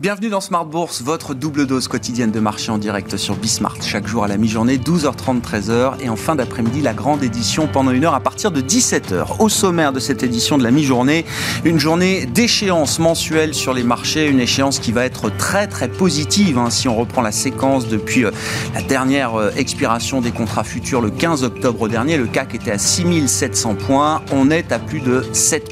Bienvenue dans Smart Bourse, votre double dose quotidienne de marché en direct sur Bismart. Chaque jour à la mi-journée, 12h30, 13h. Et en fin d'après-midi, la grande édition pendant une heure à partir de 17h. Au sommaire de cette édition de la mi-journée, une journée d'échéance mensuelle sur les marchés. Une échéance qui va être très très positive. Si on reprend la séquence depuis la dernière expiration des contrats futurs le 15 octobre dernier, le CAC était à 6700 points. On est à plus de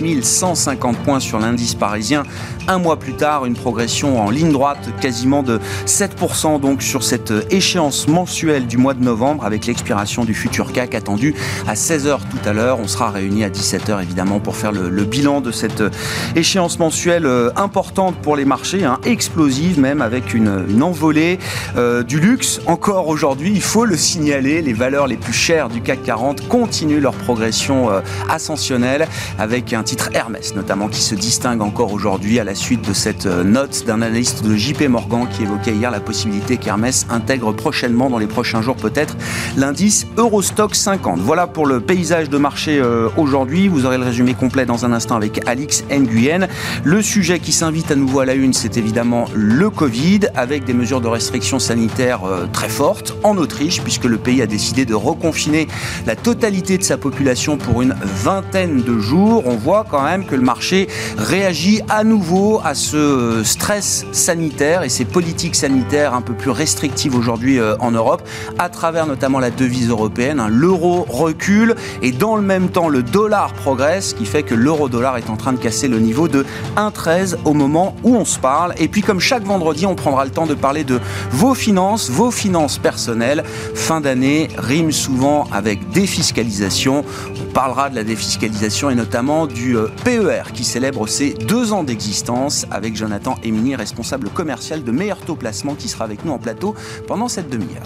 7150 points sur l'indice parisien. Un mois plus tard, une progression en ligne droite quasiment de 7% donc sur cette échéance mensuelle du mois de novembre avec l'expiration du futur CAC attendue à 16h tout à l'heure. On sera réunis à 17h évidemment pour faire le bilan de cette échéance mensuelle importante pour les marchés, explosive même, avec une envolée du luxe. Encore aujourd'hui, il faut le signaler, les valeurs les plus chères du CAC 40 continuent leur progression ascensionnelle avec un titre Hermès notamment qui se distingue encore aujourd'hui à la suite de cette note d'un analyste de JP Morgan qui évoquait hier la possibilité qu'Hermès intègre prochainement, dans les prochains jours peut-être, l'indice Eurostoxx 50. Voilà pour le paysage de marché aujourd'hui. Vous aurez le résumé complet dans un instant avec Alix Nguyen. Le sujet qui s'invite à nouveau à la une, c'est évidemment le Covid, avec des mesures de restriction sanitaire très fortes en Autriche, puisque le pays a décidé de reconfiner la totalité de sa population pour une vingtaine de jours. On voit quand même que le marché réagit à nouveau à ce stress sanitaire et ces politiques sanitaires un peu plus restrictives aujourd'hui en Europe, à travers notamment la devise européenne. L'euro recule et dans le même temps le dollar progresse, ce qui fait que l'euro-dollar est en train de casser le niveau de 1,13 au moment où on se parle. Et puis comme chaque vendredi, on prendra le temps de parler de vos finances personnelles. Fin d'année rime souvent avec défiscalisation. On parlera de la défiscalisation et notamment du PER qui célèbre ses 2 ans d'existence avec Jonathan Emini, responsable commercial de Meilleur Taux Placement, qui sera avec nous en plateau pendant cette demi-heure.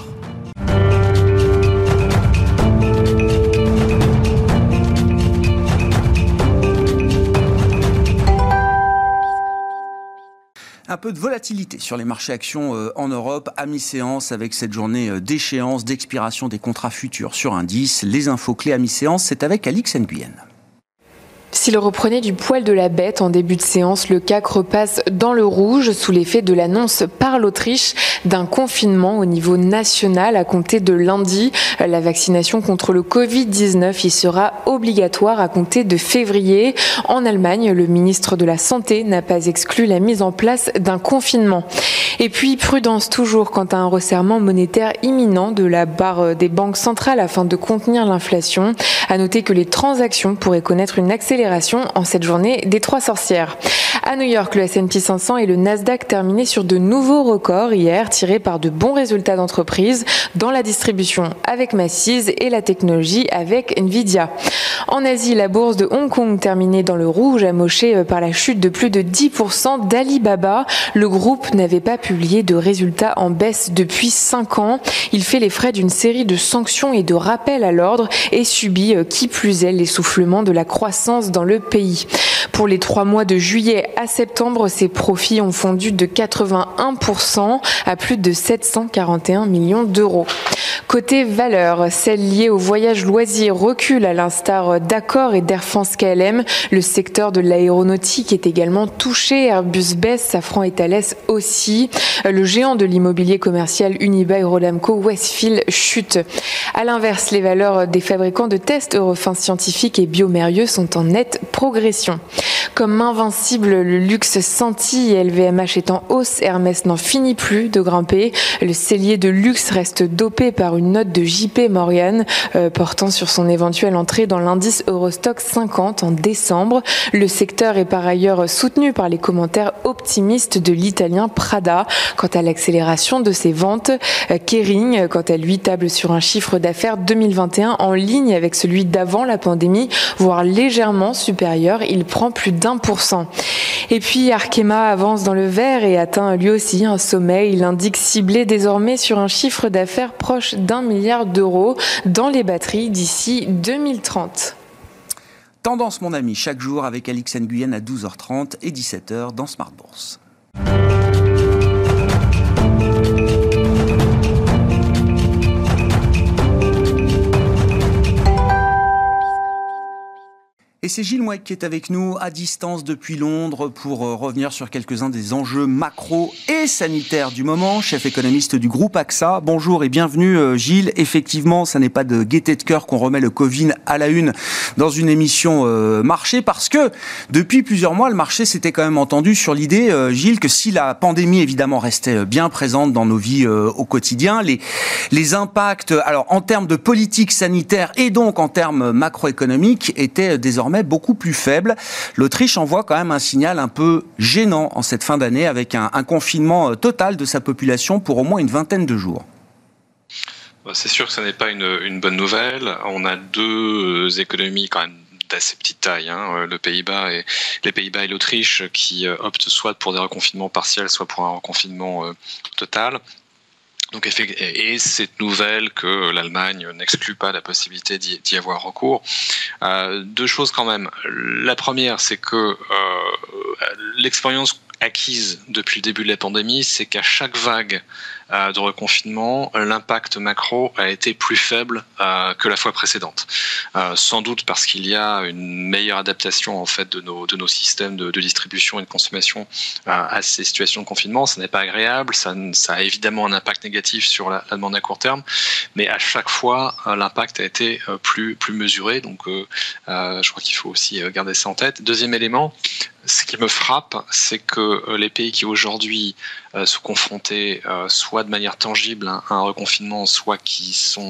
Un peu de volatilité sur les marchés actions en Europe à mi-séance avec cette journée d'échéance, d'expiration des contrats futurs sur indice. Les infos clés à mi-séance, c'est avec Alix Nguyen. S'il reprenait du poil de la bête en début de séance, le CAC repasse dans le rouge sous l'effet de l'annonce par l'Autriche d'un confinement au niveau national à compter de lundi. La vaccination contre le Covid-19 y sera obligatoire à compter de février. En Allemagne, le ministre de la Santé n'a pas exclu la mise en place d'un confinement. Et puis, prudence toujours quant à un resserrement monétaire imminent de la barre des banques centrales afin de contenir l'inflation. À noter que les transactions pourraient connaître une accélération en cette journée des 3 sorcières. À New York, le S&P 500 et le Nasdaq terminaient sur de nouveaux records hier, tirés par de bons résultats d'entreprise dans la distribution avec Macy's et la technologie avec Nvidia. En Asie, la bourse de Hong Kong terminait dans le rouge, amochée par la chute de plus de 10% d'Alibaba. Le groupe n'avait pas publié de résultats en baisse depuis 5 ans. Il fait les frais d'une série de sanctions et de rappels à l'ordre et subit, qui plus est, l'essoufflement de la croissance dans le pays. Pour les 3 mois de juillet à septembre, ses profits ont fondu de 81% à plus de 741 millions d'euros. Côté valeurs, celles liées au voyage loisirs reculent à l'instar d'Accor et d'Air France KLM. Le secteur de l'aéronautique est également touché. Airbus baisse, Safran et Thales aussi. Le géant de l'immobilier commercial Unibail Rodamco Westfield chute. À l'inverse, les valeurs des fabricants de tests Eurofins Scientifique et Biomérieux sont en nette progression. Comme invincible, le luxe senti et LVMH est en hausse. Hermès n'en finit plus de grimper. Le cellier de luxe reste dopé par une note de JP Morgan portant sur son éventuelle entrée dans l'indice Eurostoxx 50 en décembre. Le secteur est par ailleurs soutenu par les commentaires optimistes de l'italien Prada quant à l'accélération de ses ventes. Kering, quant à lui, table sur un chiffre d'affaires 2021 en ligne avec celui d'avant la pandémie, voire légèrement supérieur. Il prend plus d'1%. Et puis Arkema avance dans le vert et atteint lui aussi un sommet. Il indique cibler désormais sur un chiffre d'affaires proche d'1 milliard d'euros dans les batteries d'ici 2030. Tendance mon ami, chaque jour avec Alix Nguyen à 12h30 et 17h dans Smart Bourse. Et c'est Gilles Mouek qui est avec nous à distance depuis Londres pour revenir sur quelques-uns des enjeux macro et sanitaires du moment. Chef économiste du groupe AXA. Bonjour et bienvenue Gilles. Effectivement, ça n'est pas de gaieté de cœur qu'on remet le Covid à la une dans une émission marché, parce que depuis plusieurs mois, le marché s'était quand même entendu sur l'idée, Gilles, que si la pandémie évidemment restait bien présente dans nos vies au quotidien, les impacts, alors en termes de politique sanitaire et donc en termes macroéconomiques, étaient désormais beaucoup plus faible. L'Autriche envoie quand même un signal un peu gênant en cette fin d'année avec un confinement total de sa population pour au moins une vingtaine de jours. C'est sûr que ce n'est pas une bonne nouvelle. On a deux économies quand même d'assez petite taille, les Pays-Bas et l'Autriche, qui optent soit pour des reconfinements partiels, soit pour un reconfinement total. Donc, et cette nouvelle que l'Allemagne n'exclut pas la possibilité d'y avoir recours. Deux choses quand même. La première, c'est que l'expérience acquise depuis le début de la pandémie, c'est qu'à chaque vague de reconfinement, l'impact macro a été plus faible que la fois précédente. Sans doute parce qu'il y a une meilleure adaptation en fait de nos systèmes de distribution et de consommation à ces situations de confinement. Ça n'est pas agréable, ça a évidemment un impact négatif sur la demande à court terme, mais à chaque fois l'impact a été plus mesuré. Donc je crois qu'il faut aussi garder ça en tête. Deuxième élément, ce qui me frappe, c'est que les pays qui aujourd'hui sont confrontés soit de manière tangible à un reconfinement, soit qui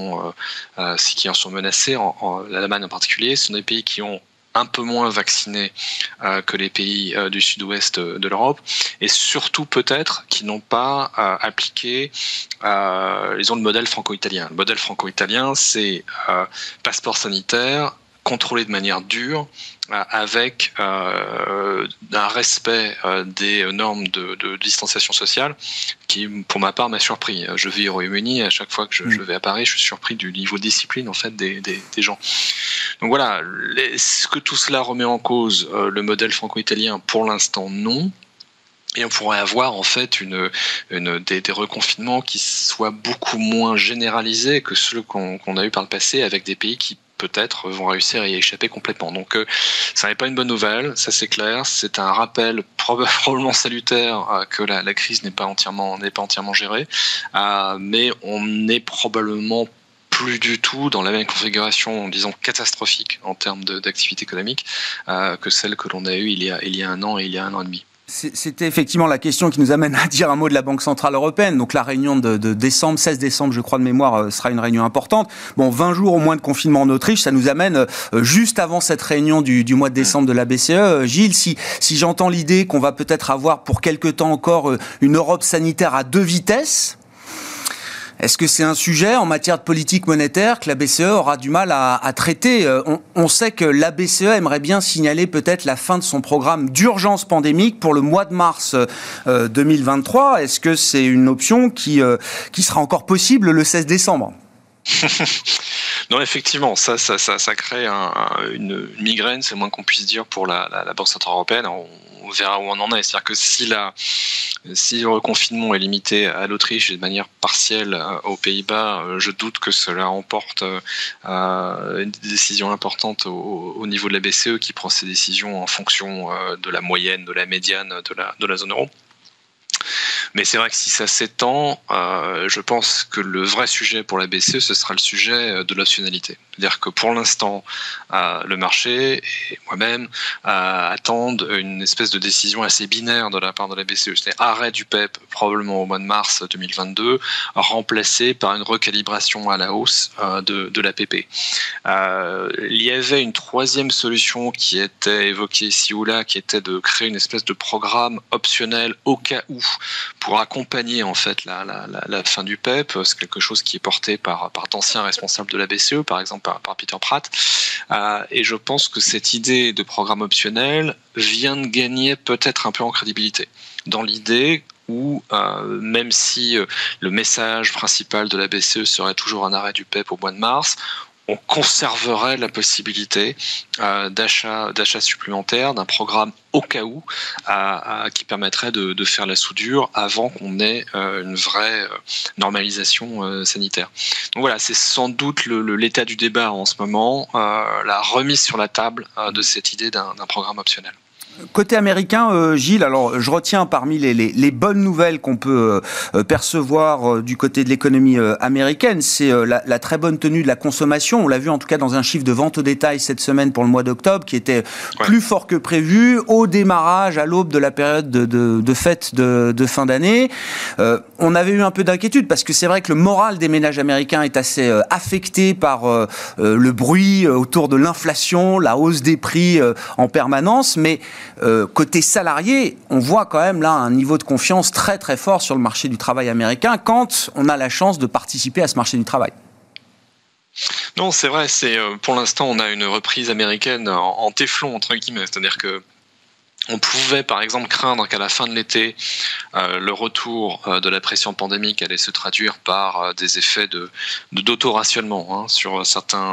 en sont menacés, l'Allemagne en particulier, ce sont des pays qui ont un peu moins vaccinés que les pays du sud-ouest de l'Europe, et surtout peut-être qui n'ont pas appliqué le modèle franco-italien. Le modèle franco-italien, c'est passeport sanitaire, contrôlé de manière dure, avec un respect des normes de distanciation sociale qui, pour ma part, m'a surpris. Je vis au Royaume-Uni, à chaque fois que je vais à Paris, je suis surpris du niveau de discipline en fait des gens. Donc voilà, est-ce que tout cela remet en cause le modèle franco-italien? Pour l'instant, non. Et on pourrait avoir en fait des reconfinements qui soient beaucoup moins généralisés que ceux qu'on a eu par le passé, avec des pays qui peut-être vont réussir à y échapper complètement. Donc ça n'est pas une bonne nouvelle, ça c'est clair. C'est un rappel probablement salutaire que la crise n'est pas entièrement gérée, mais on n'est probablement plus du tout dans la même configuration, disons, catastrophique en termes d'activité économique que celle que l'on a eue il y a un an et il y a un an et demi. C'était effectivement la question qui nous amène à dire un mot de la Banque Centrale Européenne. Donc la réunion de décembre, 16 décembre, je crois de mémoire, sera une réunion importante. Bon, 20 jours au moins de confinement en Autriche, ça nous amène juste avant cette réunion du mois de décembre de la BCE. Gilles, si j'entends l'idée qu'on va peut-être avoir pour quelque temps encore une Europe sanitaire à deux vitesses, est-ce que c'est un sujet en matière de politique monétaire que la BCE aura du mal à traiter? On sait que la BCE aimerait bien signaler peut-être la fin de son programme d'urgence pandémique pour le mois de mars 2023. Est-ce que c'est une option qui sera encore possible le 16 décembre? Non, effectivement, ça crée une migraine, c'est le moins qu'on puisse dire pour la Banque Centrale Européenne. On verra où on en est. C'est-à-dire que si le reconfinement est limité à l'Autriche et de manière partielle aux Pays-Bas, je doute que cela emporte une décision importante au niveau de la BCE, qui prend ses décisions en fonction de la moyenne, de la médiane de la zone euro. Mais c'est vrai que si ça s'étend, je pense que le vrai sujet pour la BCE, ce sera le sujet de l'optionnalité. C'est-à-dire que pour l'instant, le marché et moi-même attendent une espèce de décision assez binaire de la part de la BCE. C'est-à-dire arrêt du PEP probablement au mois de mars 2022, remplacé par une recalibration à la hausse de l'APP. Il y avait une troisième solution qui était évoquée ici ou là, qui était de créer une espèce de programme optionnel au cas où, pour accompagner en fait la fin du PEP. C'est quelque chose qui est porté par d'anciens responsables de la BCE, par exemple par Peter Pratt. Et je pense que cette idée de programme optionnel vient de gagner peut-être un peu en crédibilité, dans l'idée où même si le message principal de la BCE serait toujours un arrêt du PEP au mois de mars, on conserverait la possibilité d'achat supplémentaire, d'un programme au cas où, qui permettrait de faire la soudure avant qu'on ait une vraie normalisation sanitaire. Donc voilà, c'est sans doute l'état du débat en ce moment, la remise sur la table de cette idée d'un programme optionnel. Côté américain, Gilles, alors je retiens parmi les bonnes nouvelles qu'on peut percevoir du côté de l'économie américaine, c'est la très bonne tenue de la consommation. On l'a vu en tout cas dans un chiffre de vente au détail cette semaine pour le mois d'octobre qui était plus fort que prévu au démarrage, à l'aube de la période de fête de fin d'année. On avait eu un peu d'inquiétude parce que c'est vrai que le moral des ménages américains est assez affecté par le bruit autour de l'inflation, la hausse des prix en permanence, mais côté salarié, on voit quand même là un niveau de confiance très très fort sur le marché du travail américain quand on a la chance de participer à ce marché du travail. Non, c'est vrai, pour l'instant on a une reprise américaine en téflon entre guillemets, c'est-à-dire que on pouvait par exemple craindre qu'à la fin de l'été, le retour de la pression pandémique allait se traduire par des effets d'autorationnement sur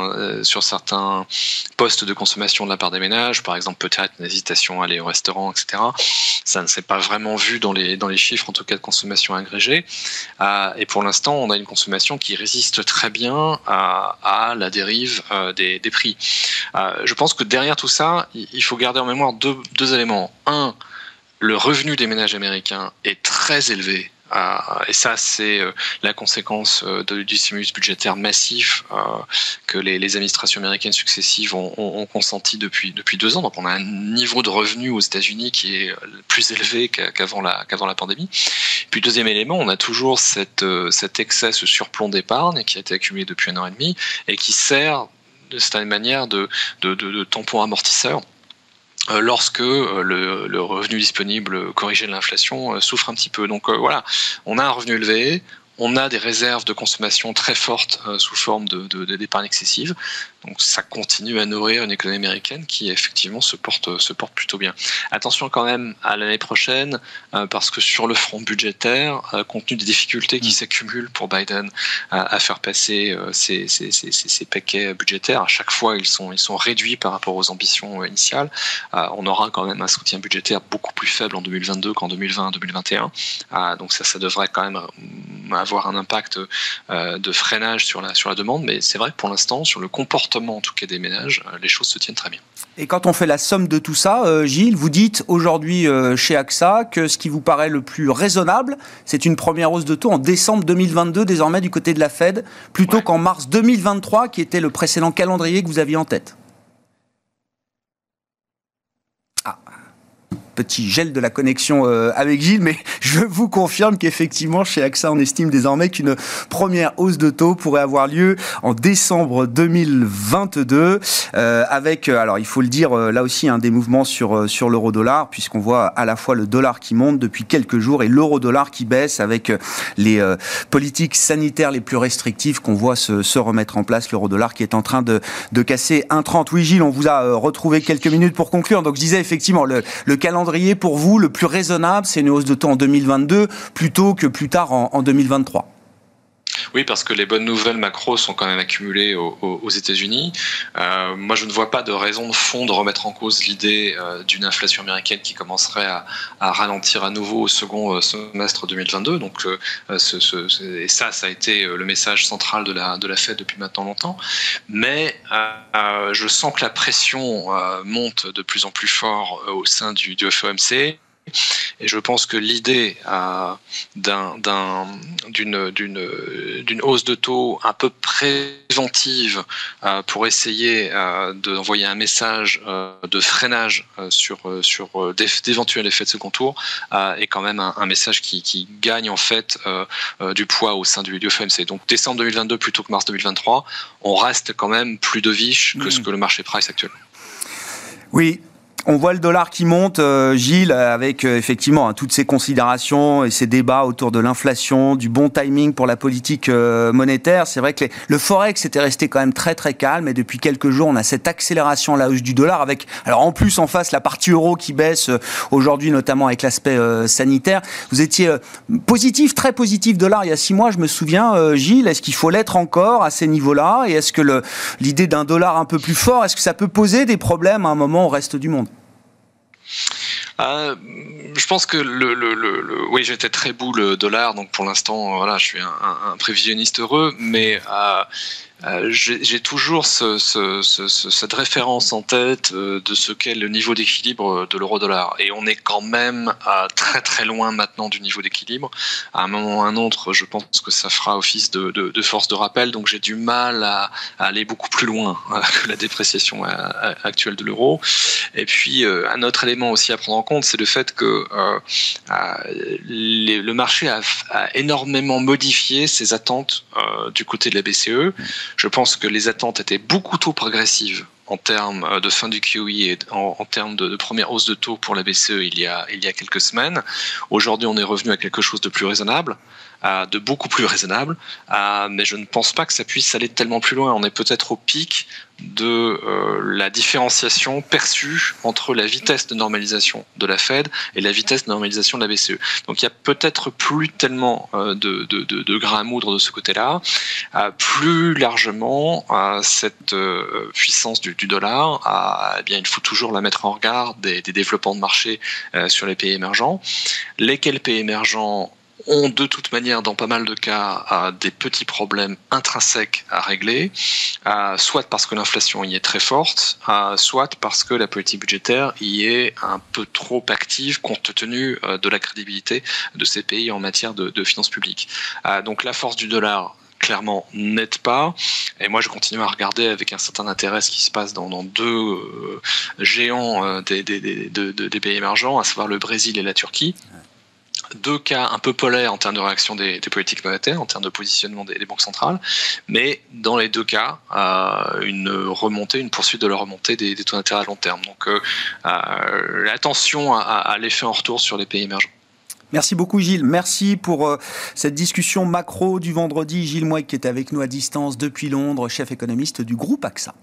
certains postes de consommation de la part des ménages, par exemple peut-être une hésitation à aller au restaurant, etc. Ça ne s'est pas vraiment vu dans les chiffres, en tout cas de consommation agrégée. Et pour l'instant, on a une consommation qui résiste très bien à la dérive des prix. Je pense que derrière tout ça, il faut garder en mémoire deux éléments. Un, le revenu des ménages américains est très élevé. Et ça, c'est la conséquence du stimulus budgétaire massif que les administrations américaines successives ont consenti depuis 2 ans. Donc, on a un niveau de revenu aux États-Unis qui est plus élevé qu'avant la pandémie. Puis, deuxième élément, on a toujours cet excès, ce surplomb d'épargne qui a été accumulé depuis 1 an et demi et qui sert de certaine manière de tampon amortisseur lorsque le revenu disponible corrigé de l'inflation souffre un petit peu. Donc voilà, on a un revenu élevé, on a des réserves de consommation très fortes sous forme d'épargne excessive. Donc ça continue à nourrir une économie américaine qui effectivement se porte plutôt bien. Attention quand même à l'année prochaine parce que sur le front budgétaire, compte tenu des difficultés qui s'accumulent pour Biden à faire passer ces paquets budgétaires, à chaque fois ils sont réduits par rapport aux ambitions initiales. On aura quand même un soutien budgétaire beaucoup plus faible en 2022 qu'en 2020-2021. Donc ça devrait quand même avoir un impact de freinage sur la demande, mais c'est vrai que pour l'instant, sur le comportement en tout cas des ménages, les choses se tiennent très bien. Et quand on fait la somme de tout ça, Gilles, vous dites aujourd'hui chez AXA que ce qui vous paraît le plus raisonnable, c'est une première hausse de taux en décembre 2022, désormais du côté de la Fed, plutôt qu'en mars 2023, qui était le précédent calendrier que vous aviez en tête. Petit gel de la connexion avec Gilles, mais je vous confirme qu'effectivement, chez AXA, on estime désormais qu'une première hausse de taux pourrait avoir lieu en décembre 2022, avec, alors il faut le dire, là aussi, des mouvements sur l'euro-dollar, puisqu'on voit à la fois le dollar qui monte depuis quelques jours et l'euro-dollar qui baisse avec les politiques sanitaires les plus restrictives qu'on voit se remettre en place, l'euro-dollar qui est en train de casser 1,30. Oui, Gilles, on vous a retrouvé quelques minutes pour conclure. Donc je disais effectivement, le calendrier pour vous, le plus raisonnable, c'est une hausse de taux en 2022 plutôt que plus tard en 2023. Oui, parce que les bonnes nouvelles macro sont quand même accumulées aux États-Unis. Moi, je ne vois pas de raison de fond de remettre en cause l'idée d'une inflation américaine qui commencerait à ralentir à nouveau au second semestre 2022. Donc, et ça a été le message central de la Fed depuis maintenant longtemps. Mais je sens que la pression monte de plus en plus fort au sein du FOMC. Et je pense que l'idée d'une hausse de taux un peu préventive pour essayer d'envoyer un message de freinage sur d'éventuels effets de second tour est quand même un message qui gagne en fait du poids au sein du FOMC. Donc décembre 2022 plutôt que mars 2023, on reste quand même plus dovish que ce que le marché price actuellement. Oui. On voit le dollar qui monte, Gilles, avec effectivement toutes ces considérations et ces débats autour de l'inflation, du bon timing pour la politique monétaire. C'est vrai que le Forex était resté quand même très très calme et depuis quelques jours, on a cette accélération à la hausse du dollar avec, alors en plus en face, la partie euro qui baisse aujourd'hui, notamment avec l'aspect sanitaire. Vous étiez positif, très positif dollar il y a 6 mois, je me souviens, Gilles. Est-ce qu'il faut l'être encore à ces niveaux-là? Et est-ce que l'idée d'un dollar un peu plus fort, est-ce que ça peut poser des problèmes à un moment au reste du monde? Je pense que oui, j'étais très boule dollar, donc pour l'instant, voilà, je suis un prévisionniste heureux, mais j'ai toujours cette référence en tête de ce qu'est le niveau d'équilibre de l'euro-dollar. Et on est quand même très très loin maintenant du niveau d'équilibre. À un moment ou à un autre, je pense que ça fera office de force de rappel. Donc j'ai du mal à aller beaucoup plus loin que la dépréciation actuelle de l'euro. Et puis un autre élément aussi à prendre en compte, c'est le fait que le marché a énormément modifié ses attentes du côté de la BCE. Je pense que les attentes étaient beaucoup trop agressives en termes de fin du QE et en termes de première hausse de taux pour la BCE il y a quelques semaines. Aujourd'hui, on est revenu à quelque chose de plus raisonnable, de beaucoup plus raisonnable, mais je ne pense pas que ça puisse aller tellement plus loin. On est peut-être au pic de la différenciation perçue entre la vitesse de normalisation de la Fed et la vitesse de normalisation de la BCE. Donc il y a peut-être plus tellement de grains à moudre de ce côté-là. Plus largement, cette puissance du dollar, eh bien, il faut toujours la mettre en regard des développements de marché sur les pays émergents. Lesquels pays émergents ont de toute manière, dans pas mal de cas, des petits problèmes intrinsèques à régler, soit parce que l'inflation y est très forte, soit parce que la politique budgétaire y est un peu trop active compte tenu de la crédibilité de ces pays en matière de finances publiques. Donc la force du dollar, clairement, n'aide pas. Et moi, je continue à regarder avec un certain intérêt ce qui se passe dans deux géants des pays émergents, à savoir le Brésil et la Turquie. Deux cas un peu polaires en termes de réaction des politiques monétaires, en termes de positionnement des banques centrales, mais dans les deux cas, une poursuite de la remontée des taux d'intérêt à long terme. Donc, attention à l'effet en retour sur les pays émergents. Merci beaucoup Gilles, merci pour cette discussion macro du vendredi. Gilles Mouek qui est avec nous à distance depuis Londres, chef économiste du groupe AXA.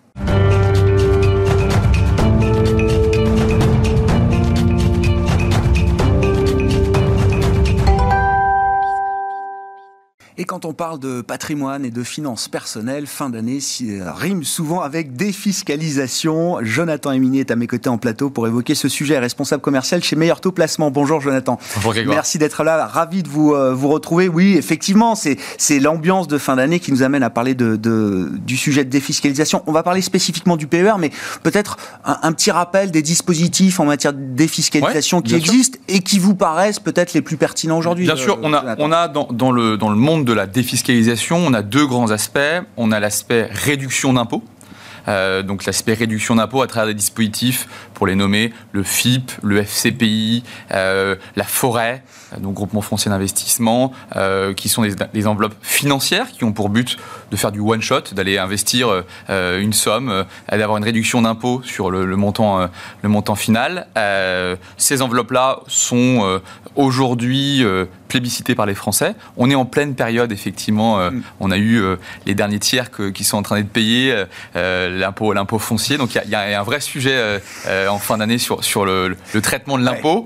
Et quand on parle de patrimoine et de finances personnelles, fin d'année rime souvent avec défiscalisation. Jonathan Emini est à mes côtés en plateau pour évoquer ce sujet, responsable commercial chez Meilleur Taux Placement. Bonjour Jonathan. Bonjour Grégoire. Merci d'être là, ravi de vous retrouver. Oui, effectivement, c'est l'ambiance de fin d'année qui nous amène à parler du sujet de défiscalisation. On va parler spécifiquement du PER, mais peut-être un petit rappel des dispositifs en matière de défiscalisation qui existent et qui vous paraissent peut-être les plus pertinents aujourd'hui. Bien sûr, on a dans le monde de la défiscalisation, on a deux grands aspects. On a l'aspect réduction d'impôts. Donc l'aspect réduction d'impôts à travers des dispositifs, pour les nommer, le FIP, le FCPI, la forêt, donc groupement foncier d'investissement, qui sont des enveloppes financières qui ont pour but de faire du one-shot, d'aller investir une somme, d'avoir une réduction d'impôt sur le montant final. Ces enveloppes-là sont aujourd'hui plébiscitées par les Français. On est en pleine période, effectivement. On a eu les derniers tiers qui sont en train d'être payés, l'impôt foncier. Donc il y a un vrai sujet en fin d'année sur le traitement de l'impôt.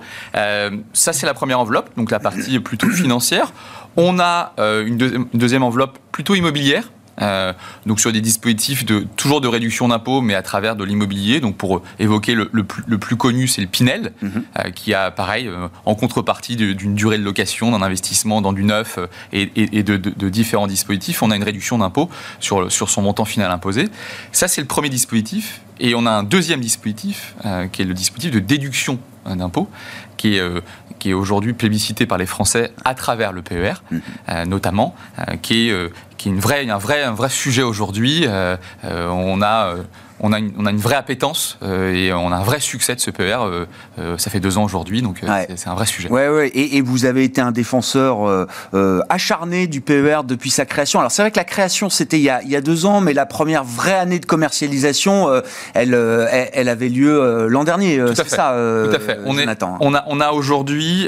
Ça, c'est la première enveloppe, donc la partie plutôt financière. On a une deuxième enveloppe plutôt immobilière. Donc sur des dispositifs toujours de réduction d'impôt, mais à travers de l'immobilier. Donc pour évoquer le plus connu, c'est le Pinel, qui a pareil en contrepartie d'une durée de location, d'un investissement dans du neuf et de différents dispositifs, on a une réduction d'impôt sur son montant final imposé. Ça, c'est le premier dispositif. Et on a un deuxième dispositif qui est le dispositif de déduction d'impôt, qui est aujourd'hui plébiscité par les Français à travers le PER, notamment, qui est un vrai sujet aujourd'hui. On a on a une vraie appétence et on a un vrai succès de ce PER. Ça fait 2 ans aujourd'hui, donc c'est un vrai sujet. Ouais. Et vous avez été un défenseur acharné du PER depuis sa création. Alors c'est vrai que la création c'était il y a 2 ans, mais la première vraie année de commercialisation, elle avait lieu l'an dernier. C'est ça, tout à fait. Jonathan. On a aujourd'hui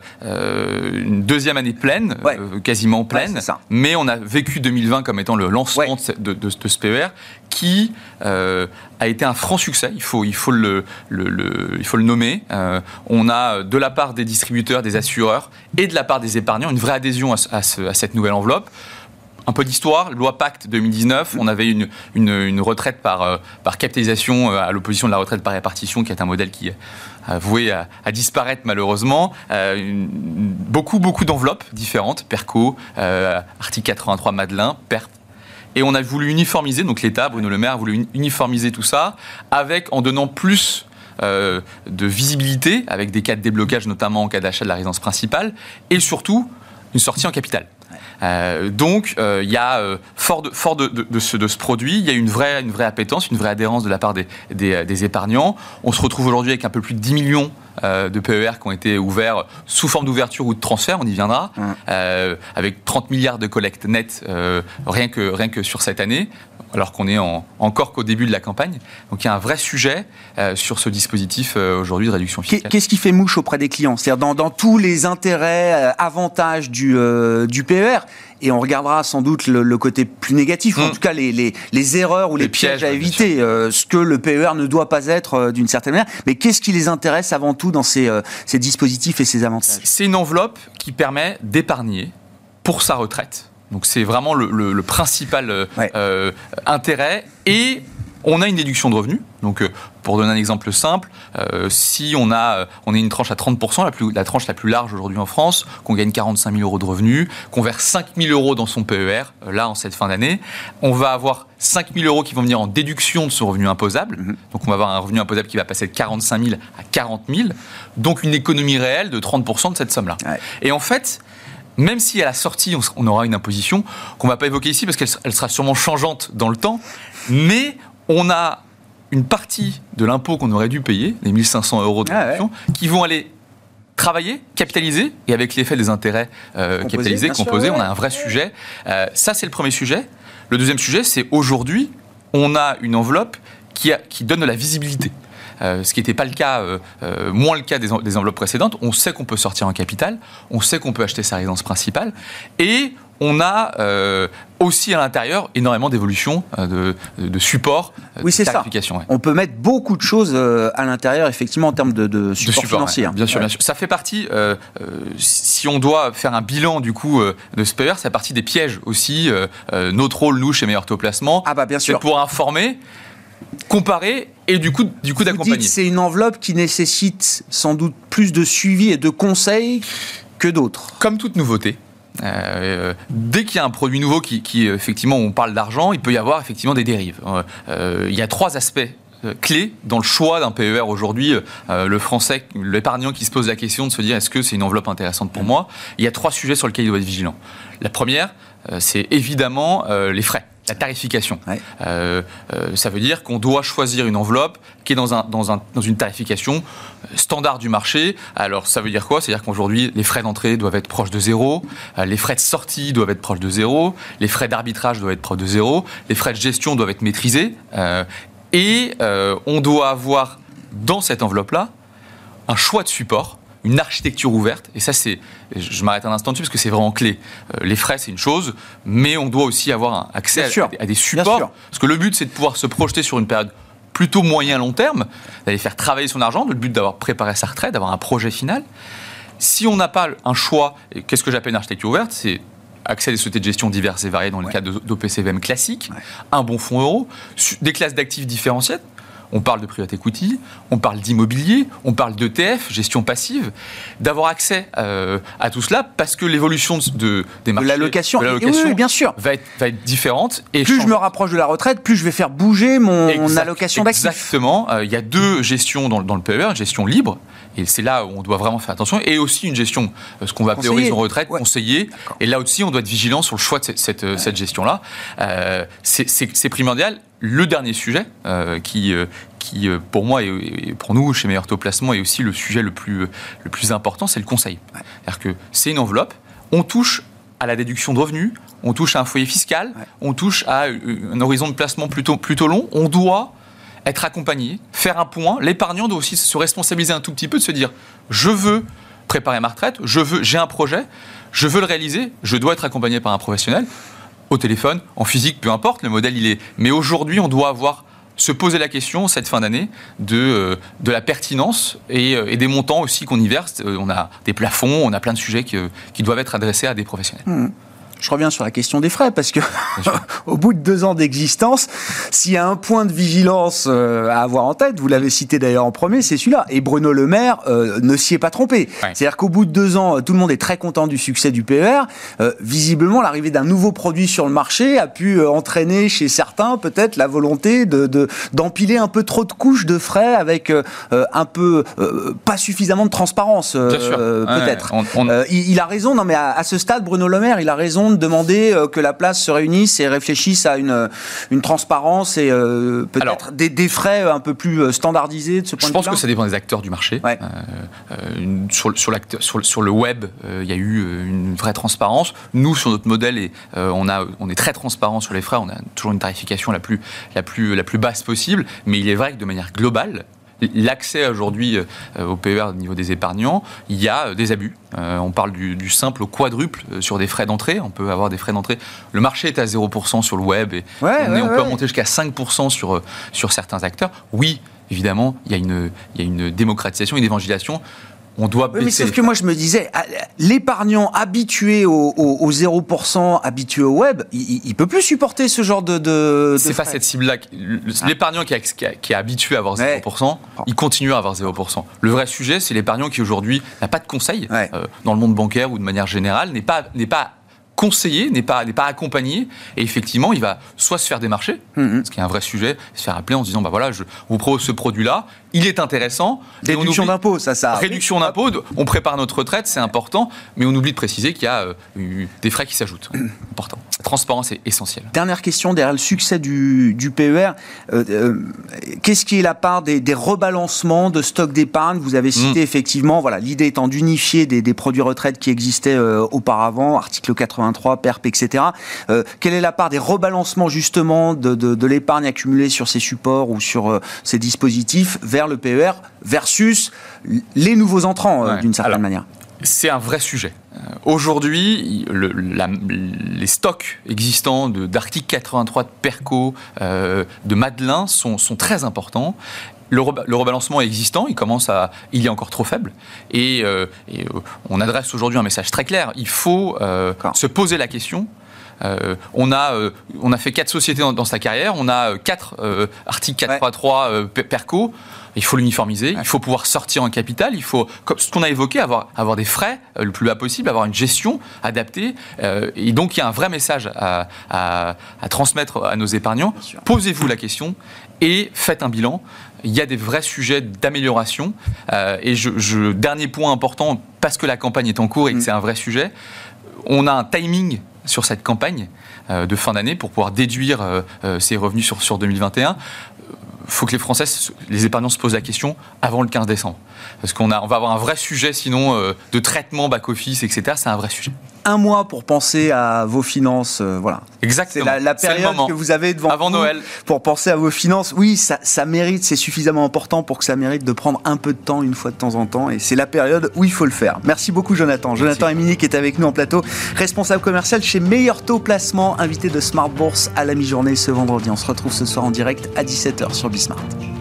une deuxième année pleine, quasiment pleine, c'est ça. mais on a vécu 2020 comme étant le lancement de ce PER qui a été un franc succès. Il faut le nommer. On a de la part des distributeurs, des assureurs et de la part des épargnants une vraie adhésion à cette nouvelle enveloppe. Un peu d'histoire, loi Pacte 2019, on avait une retraite par capitalisation à l'opposition de la retraite par répartition, qui est un modèle qui a voué à disparaître malheureusement. Beaucoup d'enveloppes différentes, PERCO, article 83 Madelin, PERP. Et on a voulu uniformiser, donc l'État, Bruno Le Maire a voulu uniformiser tout ça, en donnant plus de visibilité, avec des cas de déblocage, notamment en cas d'achat de la résidence principale, et surtout une sortie en capital. Donc, il y a fort de ce produit, il y a une vraie appétence, une vraie adhérence de la part des épargnants. On se retrouve aujourd'hui avec un peu plus de 10 millions de PER qui ont été ouverts sous forme d'ouverture ou de transfert, on y viendra, avec 30 milliards de collecte nette rien que sur cette année, alors qu'on est encore qu'au début de la campagne. Donc il y a un vrai sujet sur ce dispositif aujourd'hui de réduction fiscale. Qu'est-ce qui fait mouche auprès des clients ? C'est-à-dire dans tous les intérêts, avantages du PER, et on regardera sans doute le côté plus négatif, ou en tout cas les erreurs ou les pièges à éviter, ce que le PER ne doit pas être d'une certaine manière. Mais qu'est-ce qui les intéresse avant tout dans ces dispositifs et ces avantages ? C'est une enveloppe qui permet d'épargner pour sa retraite. Donc c'est vraiment le principal intérêt. Et on a une déduction de revenus. Donc pour donner un exemple simple, si on est une tranche à 30%, la tranche la plus large aujourd'hui en France, qu'on gagne 45 000 euros de revenus, qu'on verse 5 000 euros dans son PER, là en cette fin d'année, on va avoir 5 000 euros qui vont venir en déduction de son revenu imposable. Donc on va avoir un revenu imposable qui va passer de 45 000 à 40 000. Donc une économie réelle de 30% de cette somme-là. Et en fait, même si à la sortie, on aura une imposition qu'on ne va pas évoquer ici parce qu'elle sera sûrement changeante dans le temps, mais on a une partie de l'impôt qu'on aurait dû payer, les 1 500 euros de déduction, qui vont aller travailler, capitaliser, et avec l'effet des intérêts capitalisés, composés, on a un vrai sujet. Ça, c'est le premier sujet. Le deuxième sujet, c'est aujourd'hui, on a une enveloppe qui donne de la visibilité. Ce qui n'était pas le cas, moins le cas des enveloppes précédentes. On sait qu'on peut sortir en capital, on sait qu'on peut acheter sa résidence principale, et on a aussi à l'intérieur énormément d'évolutions, de support, de tarification. On peut mettre beaucoup de choses à l'intérieur, effectivement, en termes de support financier. Bien sûr. Ça fait partie, si on doit faire un bilan du coup de ce PER, ça fait partie des pièges aussi. Notre rôle, nous, chez Meilleur Taux Placement, c'est pour informer, comparer et du coup d'accompagner. Vous dites c'est une enveloppe qui nécessite sans doute plus de suivi et de conseils que d'autres. Comme toute nouveauté. Dès qu'il y a un produit nouveau qui effectivement, on parle d'argent, il peut y avoir effectivement des dérives. Il y a 3 aspects clés dans le choix d'un PER aujourd'hui. Le Français, l'épargnant qui se pose la question de se dire est-ce que c'est une enveloppe intéressante pour moi ? Il y a 3 sujets sur lesquels il doit être vigilant. La première, c'est évidemment les frais. La tarification. Ça veut dire qu'on doit choisir une enveloppe qui est dans une tarification standard du marché. Alors, ça veut dire quoi ? C'est-à-dire qu'aujourd'hui, les frais d'entrée doivent être proches de 0, les frais de sortie doivent être proches de 0, les frais d'arbitrage doivent être proches de 0, les frais de gestion doivent être maîtrisés. Et on doit avoir, dans cette enveloppe-là, un choix de support, une architecture ouverte, et ça je m'arrête un instant dessus parce que c'est vraiment clé. Les frais c'est une chose, mais on doit aussi avoir accès à des supports, parce que le but c'est de pouvoir se projeter sur une période plutôt moyen-long terme, d'aller faire travailler son argent, le but d'avoir préparé sa retraite, d'avoir un projet final. Si on n'a pas un choix, et qu'est-ce que j'appelle une architecture ouverte ? C'est accès à des sociétés de gestion diverses et variées dans le cadre d'OPCVM classique, un bon fonds euro, des classes d'actifs différenciées. On parle de private equity, on parle d'immobilier, on parle d'ETF, gestion passive, d'avoir accès à tout cela parce que l'évolution des marchés, de l'allocation, oui, bien sûr, va être différente. Et plus je me rapproche de la retraite, plus je vais faire bouger mon allocation d'actifs. Exactement. Il y a 2 gestions dans le PER, une gestion libre, et c'est là où on doit vraiment faire attention, et aussi une gestion, ce qu'on va appeler horizon retraite, conseillée. Et là aussi, on doit être vigilant sur le choix de cette gestion-là. C'est primordial. le dernier sujet qui pour moi et pour nous chez Meilleur Taux Placement est aussi le sujet le plus important, c'est le conseil. Ouais. C'est-à-dire que c'est une enveloppe, on touche à la déduction de revenus, on touche à un foyer fiscal, on touche à un horizon de placement plutôt long, on doit être accompagné, faire un point. L'épargnant doit aussi se responsabiliser un tout petit peu, de se dire je veux préparer ma retraite, j'ai un projet, je veux le réaliser, je dois être accompagné par un professionnel, au téléphone, en physique, peu importe, le modèle il est. Mais aujourd'hui, on doit se poser la question, cette fin d'année, de la pertinence et des montants aussi qu'on y verse. On a des plafonds, on a plein de sujets qui doivent être adressés à des professionnels. Je reviens sur la question des frais, parce que au bout de 2 ans d'existence, s'il y a un point de vigilance à avoir en tête, vous l'avez cité d'ailleurs en premier, c'est celui-là. Et Bruno Le Maire ne s'y est pas trompé. Ouais. C'est-à-dire qu'au bout de 2 ans, tout le monde est très content du succès du PER. Visiblement, l'arrivée d'un nouveau produit sur le marché a pu entraîner chez certains peut-être la volonté d'empiler un peu trop de couches de frais avec un peu pas suffisamment de transparence, peut-être. Il a raison, non mais à ce stade, Bruno Le Maire, il a raison de demander que la place se réunisse et réfléchisse à une transparence et peut-être des frais un peu plus standardisés de ce point de vue. Je pense que ça dépend des acteurs du marché. Ouais. Sur le web, il y a eu une vraie transparence. Nous, sur notre modèle, on est très transparent sur les frais. On a toujours une tarification la plus basse possible. Mais il est vrai que de manière globale, l'accès aujourd'hui au PER au niveau des épargnants, il y a des abus. On parle du simple au quadruple sur des frais d'entrée. On peut avoir des frais d'entrée. Le marché est à 0% sur le web et on peut monter jusqu'à 5% sur certains acteurs. Oui, évidemment, il y a une démocratisation, une évangélisation. On doit baisser. Mais sauf que moi je me disais, l'épargnant habitué au 0%, habitué au web, il peut plus supporter ce genre de c'est pas cette cible-là. L'épargnant qui est habitué à avoir 0%, il continue à avoir 0%. Le vrai sujet, c'est l'épargnant qui aujourd'hui n'a pas de conseil dans le monde bancaire ou de manière générale, n'est pas conseillé, n'est pas accompagné, et effectivement, il va soit se faire démarcher, ce qui est un vrai sujet, se faire appeler en se disant, je vous propose ce produit-là, il est intéressant. Réduction d'impôt, ça. Réduction d'impôt, on prépare notre retraite, c'est important, mais on oublie de préciser qu'il y a des frais qui s'ajoutent. Important. La transparence est essentielle. Dernière question, derrière le succès du PER, qu'est-ce qui est la part des rebalancements de stock d'épargne? Vous avez cité effectivement, l'idée étant d'unifier des produits retraite qui existaient auparavant, article 83, PERP, etc. Quelle est la part des rebalancements justement de l'épargne accumulée sur ces supports ou sur ces dispositifs vers le PER versus les nouveaux entrants d'une certaine manière? C'est un vrai sujet. Aujourd'hui, les stocks existants d'articles 83, de Perco, de Madelin sont très importants. Le rebalancement est existant, il est encore trop faible. Et on adresse aujourd'hui un message très clair. Il faut se poser la question. On a fait 4 sociétés dans sa carrière, on a 4 articles 4.3 Perco. Il faut l'uniformiser, il faut pouvoir sortir en capital, il faut, comme ce qu'on a évoqué, avoir des frais le plus bas possible, avoir une gestion adaptée. Et donc, il y a un vrai message à transmettre à nos épargnants. Posez-vous la question et faites un bilan. Il y a des vrais sujets d'amélioration. Et dernier point important, parce que la campagne est en cours et que c'est un vrai sujet, on a un timing sur cette campagne de fin d'année pour pouvoir déduire ses revenus sur 2021. Il faut que les épargnants se posent la question avant le 15 décembre. Parce on va avoir un vrai sujet, sinon, de traitement back-office, etc. C'est un vrai sujet. Un mois pour penser à vos finances, voilà. Exactement. C'est la période que vous avez devant avant vous Noël. Pour penser à vos finances. Oui, ça mérite, c'est suffisamment important pour que ça mérite de prendre un peu de temps, une fois de temps en temps. Et c'est la période où il faut le faire. Merci beaucoup, Jonathan. Merci. Jonathan Emini qui est avec nous en plateau, responsable commercial chez Meilleur Taux Placement, invité de Smart Bourse à la mi-journée ce vendredi. On se retrouve ce soir en direct à 17h sur Bismart.